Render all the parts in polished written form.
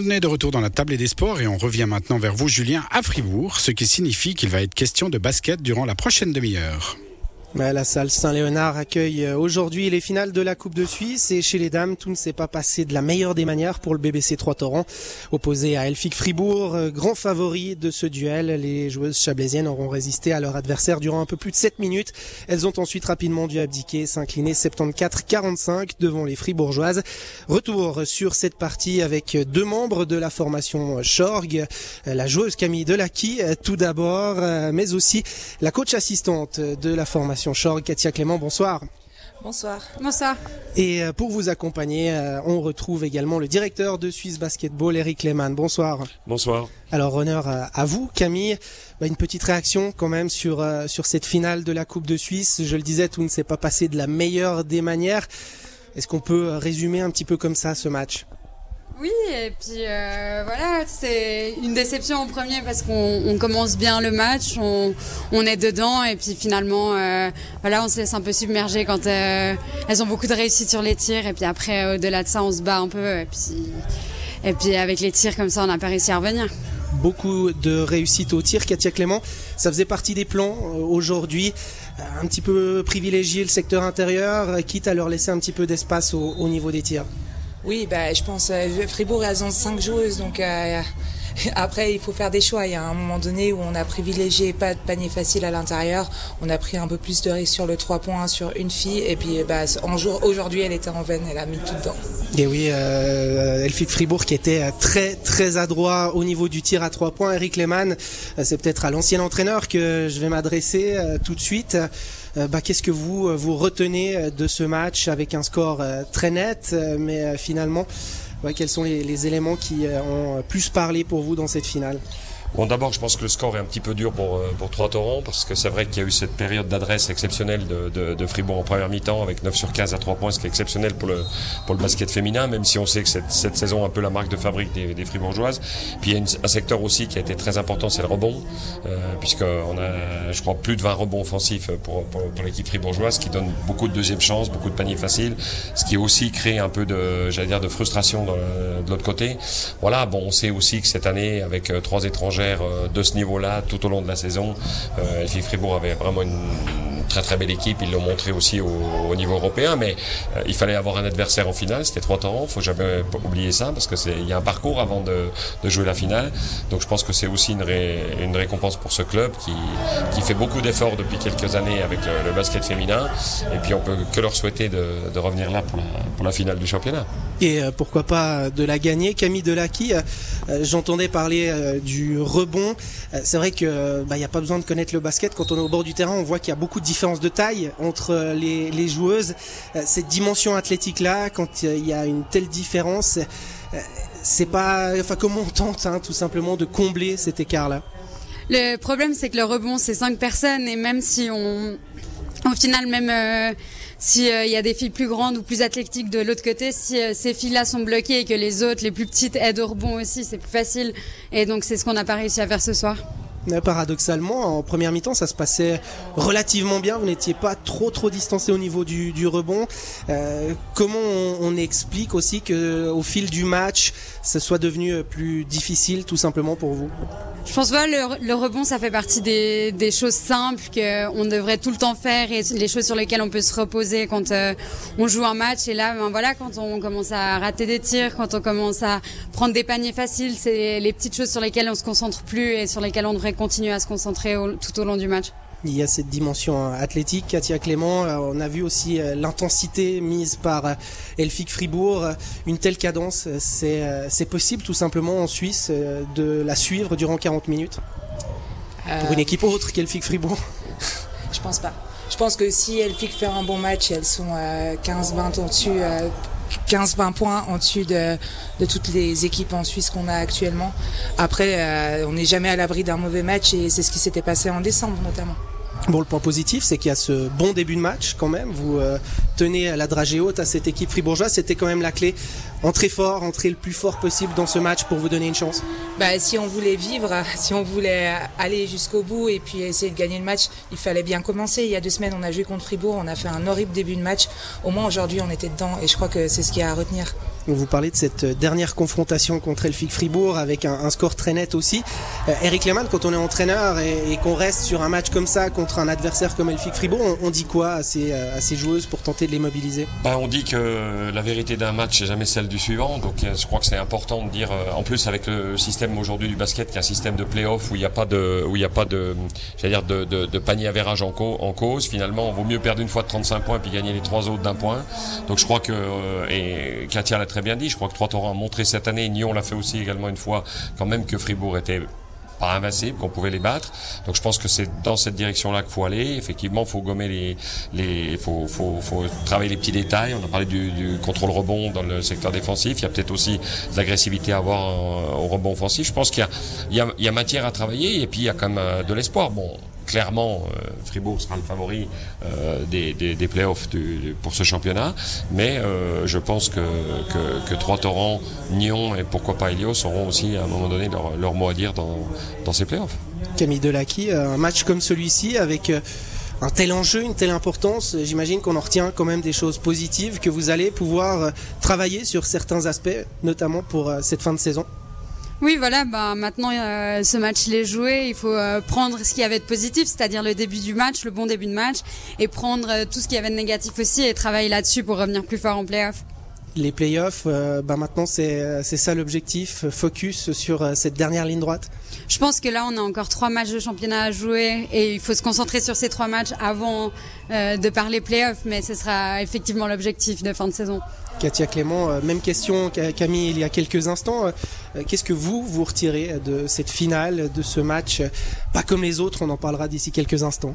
est de retour dans la table des sports et on revient maintenant vers vous, Julien, à Fribourg, ce qui signifie qu'il va être question de basket durant la prochaine demi-heure. La salle Saint-Léonard accueille aujourd'hui les finales de la Coupe de Suisse et chez les dames, tout ne s'est pas passé de la meilleure des manières pour le BBC Troyes-Thorens. Opposé à Elfic Fribourg, grand favori de ce duel, les joueuses chablaisiennes auront résisté à leur adversaire durant un peu plus de 7 minutes. Elles ont ensuite rapidement dû abdiquer, s'incliner 74-45 devant les fribourgeoises. Retour sur cette partie avec deux membres de la formation Schorg, la joueuse Camille Delacqui tout d'abord, mais aussi la coach assistante de la formation Schorg, Katia Clément, bonsoir. Bonsoir. Bonsoir. Et pour vous accompagner, on retrouve également le directeur de Suisse Basketball, Eric Lehmann. Bonsoir. Bonsoir. Alors honneur à vous, Camille. Une petite réaction quand même sur cette finale de la Coupe de Suisse. Je le disais, tout ne s'est pas passé de la meilleure des manières. Est-ce qu'on peut résumer un petit peu comme ça ce match ? Oui, et puis voilà, c'est une déception en premier parce qu'on commence bien le match, on est dedans et puis finalement, voilà, on se laisse un peu submerger quand elles ont beaucoup de réussite sur les tirs et puis après, au-delà de ça, on se bat un peu et puis avec les tirs comme ça, on n'a pas réussi à revenir. Beaucoup de réussite au tir, Katia Clément. Ça faisait partie des plans aujourd'hui. Un petit peu privilégier le secteur intérieur, quitte à leur laisser un petit peu d'espace au niveau des tirs. Oui, je pense Fribourg, elles ont 5 joueuses, donc après il faut faire des choix. Il y a un moment donné où on a privilégié pas de panier facile à l'intérieur, on a pris un peu plus de risques sur le 3 points sur une fille et puis aujourd'hui elle était en veine, elle a mis tout dedans. Et oui, Elfic Fribourg qui était très très adroit au niveau du tir à 3 points. Eric Lehmann, c'est peut-être à l'ancien entraîneur que je vais m'adresser tout de suite. Qu'est-ce que vous retenez de ce match avec un score très net, mais finalement, quels sont les éléments qui ont plus parlé pour vous dans cette finale ? Bon, d'abord, je pense que le score est un petit peu dur pour Troyes-Thorens parce que c'est vrai qu'il y a eu cette période d'adresse exceptionnelle de Fribourg en première mi-temps avec 9 sur 15 à 3 points, ce qui est exceptionnel pour le basket féminin, même si on sait que cette saison est un peu la marque de fabrique des Fribourgeoises. Puis il y a un secteur aussi qui a été très important, c'est le rebond, puisqu'on a, je crois, plus de 20 rebonds offensifs pour l'équipe fribourgeoise, qui donne beaucoup de deuxième chances, beaucoup de paniers faciles, ce qui aussi crée un peu de frustration de l'autre côté. Voilà, bon, on sait aussi que cette année, avec 3 étrangers de ce niveau-là tout au long de la saison, Elfic Fribourg avait vraiment une très très belle équipe, ils l'ont montré aussi au niveau européen, mais il fallait avoir un adversaire en finale, c'était Troyes-Thorens, faut jamais oublier ça parce que il y a un parcours avant de jouer la finale, donc je pense que c'est aussi une récompense pour ce club qui fait beaucoup d'efforts depuis quelques années avec le basket féminin, et puis on peut que leur souhaiter de revenir là pour la finale du championnat. Et pourquoi pas de la gagner. Camille Delacqui, j'entendais parler du rebond. C'est vrai que y a pas besoin de connaître le basket. Quand on est au bord du terrain, on voit qu'il y a beaucoup de différences de taille entre les joueuses. Cette dimension athlétique-là, quand il y a une telle différence, c'est pas... comment on tente tout simplement de combler cet écart-là ? Le problème, c'est que le rebond, c'est 5 personnes et même si au final, même... si y a des filles plus grandes ou plus athlétiques de l'autre côté, si ces filles-là sont bloquées et que les autres, les plus petites, aident au rebond aussi, c'est plus facile. Et donc c'est ce qu'on n'a pas réussi à faire ce soir. Paradoxalement, en première mi-temps, ça se passait relativement bien. Vous n'étiez pas trop distancé au niveau du rebond. Comment on explique aussi que au fil du match, ça soit devenu plus difficile, tout simplement pour vous ? Je pense que le rebond, ça fait partie des choses simples qu'on devrait tout le temps faire et les choses sur lesquelles on peut se reposer quand on joue un match. Et là, quand on commence à rater des tirs, quand on commence à prendre des paniers faciles, c'est les petites choses sur lesquelles on se concentre plus et sur lesquelles on devrait continuer à se concentrer tout au long du match. Il y a cette dimension athlétique, Katia Clément. On a vu aussi l'intensité mise par Elfic Fribourg. Une telle cadence, c'est possible tout simplement en Suisse de la suivre durant 40 minutes pour une équipe autre qu'Elfic Fribourg? Je pense pas. Je pense que si Elfic fait un bon match, elles sont 15-20 au-dessus. 15-20 points en dessus de toutes les équipes en Suisse qu'on a actuellement. Après, on n'est jamais à l'abri d'un mauvais match et c'est ce qui s'était passé en décembre notamment. Bon, le point positif, c'est qu'il y a ce bon début de match quand même. Vous tenez la dragée haute à cette équipe fribourgeoise. C'était quand même la clé. Entrez fort, entrez le plus fort possible dans ce match pour vous donner une chance. Si on voulait vivre, si on voulait aller jusqu'au bout et puis essayer de gagner le match, il fallait bien commencer. Il y a 2 semaines, on a joué contre Fribourg, on a fait un horrible début de match. Au moins aujourd'hui, on était dedans et je crois que c'est ce qu'il y a à retenir. Vous parlez de cette dernière confrontation contre Elfic Fribourg avec un score très net aussi. Eric Lehmann, quand on est entraîneur et qu'on reste sur un match comme ça contre un adversaire comme Elfic Fribourg, on dit quoi à ces joueuses pour tenter de les mobiliser? On dit que la vérité d'un match n'est jamais celle du suivant, donc je crois que c'est important de dire, en plus avec le système aujourd'hui du basket, qui est un système de play-off où il n'y a pas de panier avérage en cause, finalement, il vaut mieux perdre une fois de 35 points puis gagner les 3 autres d'1 point. Donc je crois que, et Katia l'a très bien dit, je crois que Trois-Torrents a montré cette année, Nyon l'a fait aussi également une fois, quand même que Fribourg était pas invincible, qu'on pouvait les battre. Donc je pense que c'est dans cette direction-là qu'il faut aller. Effectivement, il faut gommer faut travailler les petits détails. On a parlé du contrôle rebond dans le secteur défensif. Il y a peut-être aussi de l'agressivité à avoir au rebond offensif. Je pense qu'il y a matière à travailler et puis il y a quand même de l'espoir. Bon, clairement, Fribourg sera le favori des playoffs pour ce championnat, mais je pense que Trois-Torrents, Nyon et pourquoi pas Hélios auront aussi à un moment donné leur mot à dire dans ces playoffs. Camille Delacqui, un match comme celui-ci avec un tel enjeu, une telle importance, j'imagine qu'on en retient quand même des choses positives, que vous allez pouvoir travailler sur certains aspects, notamment pour cette fin de saison. Oui, voilà, maintenant ce match il est joué, il faut prendre ce qu'il y avait de positif, c'est-à-dire le début du match, le bon début de match, et prendre tout ce qu'il y avait de négatif aussi et travailler là-dessus pour revenir plus fort en play-off. Les play-offs, maintenant c'est ça l'objectif, focus sur cette dernière ligne droite. Je pense que là on a encore 3 matchs de championnat à jouer et il faut se concentrer sur ces 3 matchs avant de parler play-off, mais ce sera effectivement l'objectif de fin de saison. Katia Clément, même question qu'à Camille il y a quelques instants. Qu'est-ce que vous retirez de cette finale, de ce match, pas comme les autres, on en parlera d'ici quelques instants?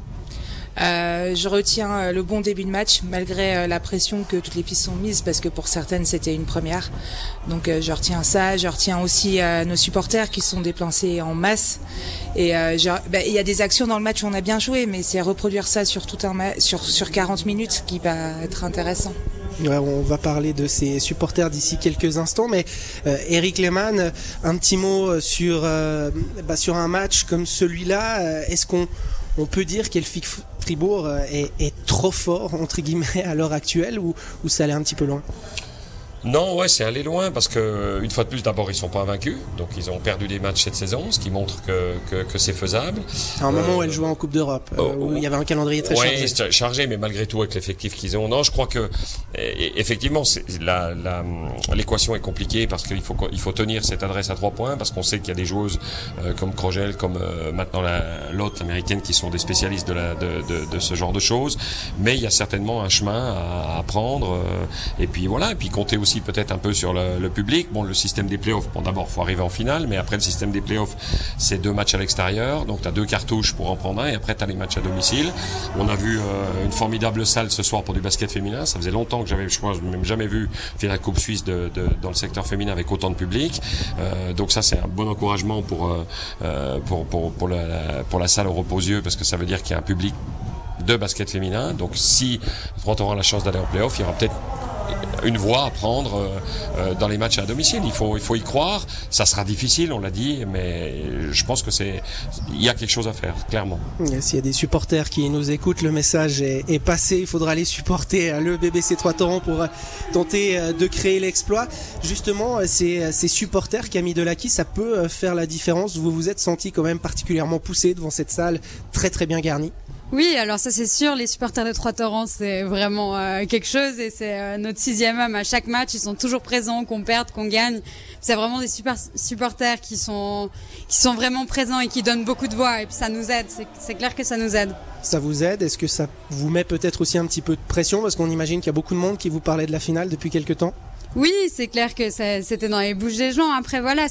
Je retiens le bon début de match malgré la pression que toutes les filles sont mises parce que pour certaines c'était une première. Donc je retiens ça, je retiens aussi nos supporters qui sont déplacés en masse et il y a des actions dans le match où on a bien joué, mais c'est reproduire ça sur tout un sur 40 minutes qui va être intéressant. Ouais, on va parler de ces supporters d'ici quelques instants, mais Eric Lehmann, un petit mot sur un match comme celui-là. Est-ce qu'on peut dire qu'Elfic Fribourg est trop fort entre guillemets à l'heure actuelle ou ça allait un petit peu loin? Non, ouais, c'est aller loin parce que une fois de plus, d'abord, ils sont pas invaincus, donc ils ont perdu des matchs cette saison, ce qui montre que c'est faisable. À un moment où elle jouait en Coupe d'Europe, où il y avait un calendrier très chargé. Oui, chargé, mais malgré tout avec l'effectif qu'ils ont. Non, je crois que effectivement, l'équation est compliquée parce qu'il faut tenir cette adresse à 3 points parce qu'on sait qu'il y a des joueuses comme Krogel, comme maintenant l'autre américaine qui sont des spécialistes de ce genre de choses. Mais il y a certainement un chemin à prendre et puis voilà, et puis compter aussi peut-être un peu sur le public. Bon, le système des playoffs, d'abord, faut arriver en finale, mais après, le système des playoffs, c'est 2 matchs à l'extérieur, donc tu as 2 cartouches pour en prendre un, et après, tu as les matchs à domicile. On a vu une formidable salle ce soir pour du basket féminin. Ça faisait longtemps que je n'ai même jamais vu faire la Coupe Suisse dans le secteur féminin avec autant de public. Donc ça, c'est un bon encouragement pour la salle au repos-yeux, parce que ça veut dire qu'il y a un public de basket féminin. Donc si Trois-Torrents aura la chance d'aller en playoff, il y aura peut-être une voie à prendre dans les matchs à domicile. Il faut y croire. Ça sera difficile, on l'a dit, mais je pense que il y a quelque chose à faire, clairement. S'il y a des supporters qui nous écoutent, le message est passé. Il faudra aller supporter le BBC Trois-Torrents pour tenter de créer l'exploit. Justement, ces supporters, Camille Delacqui, ça peut faire la différence. Vous vous êtes senti quand même particulièrement poussé devant cette salle très très bien garnie? Oui, alors ça c'est sûr, les supporters de Trois-Torrents c'est vraiment quelque chose et c'est notre 6e homme à chaque match, ils sont toujours présents, qu'on perde, qu'on gagne. C'est vraiment des super supporters qui sont vraiment présents et qui donnent beaucoup de voix et puis ça nous aide, c'est clair que ça nous aide. Ça vous aide? Est-ce que ça vous met peut-être aussi un petit peu de pression parce qu'on imagine qu'il y a beaucoup de monde qui vous parlait de la finale depuis quelques temps? Oui, c'est clair que c'était dans les bouches des gens. Après voilà,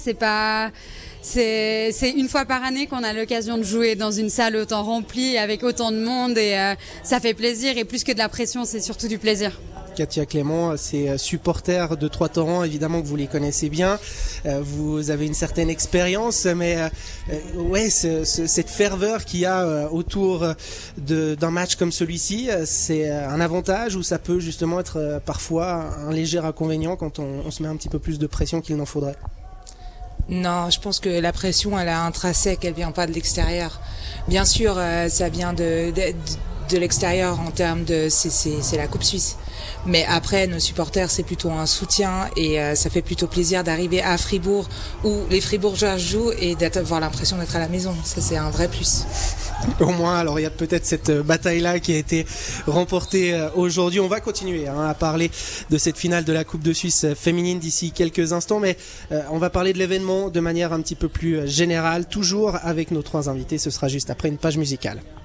c'est une fois par année qu'on a l'occasion de jouer dans une salle autant remplie avec autant de monde et ça fait plaisir et plus que de la pression, c'est surtout du plaisir. Katia Clément, ces supporters de Trois-Torrents, évidemment que vous les connaissez bien, vous avez une certaine expérience, mais cette ferveur qu'il y a autour d'un match comme celui-ci, c'est un avantage ou ça peut justement être parfois un léger inconvénient quand on se met un petit peu plus de pression qu'il n'en faudrait? Non, je pense que la pression, elle est intrinsèque, elle vient pas de l'extérieur. Bien sûr, ça vient de l'extérieur en termes de c'est la Coupe Suisse. Mais après, nos supporters, c'est plutôt un soutien et ça fait plutôt plaisir d'arriver à Fribourg où les Fribourgeois jouent et d'avoir l'impression d'être à la maison. Ça, c'est un vrai plus. Au moins, alors il y a peut-être cette bataille-là qui a été remportée aujourd'hui. On va continuer à parler de cette finale de la Coupe de Suisse féminine d'ici quelques instants, mais on va parler de l'événement de manière un petit peu plus générale, toujours avec nos 3 invités. Ce sera juste après une page musicale.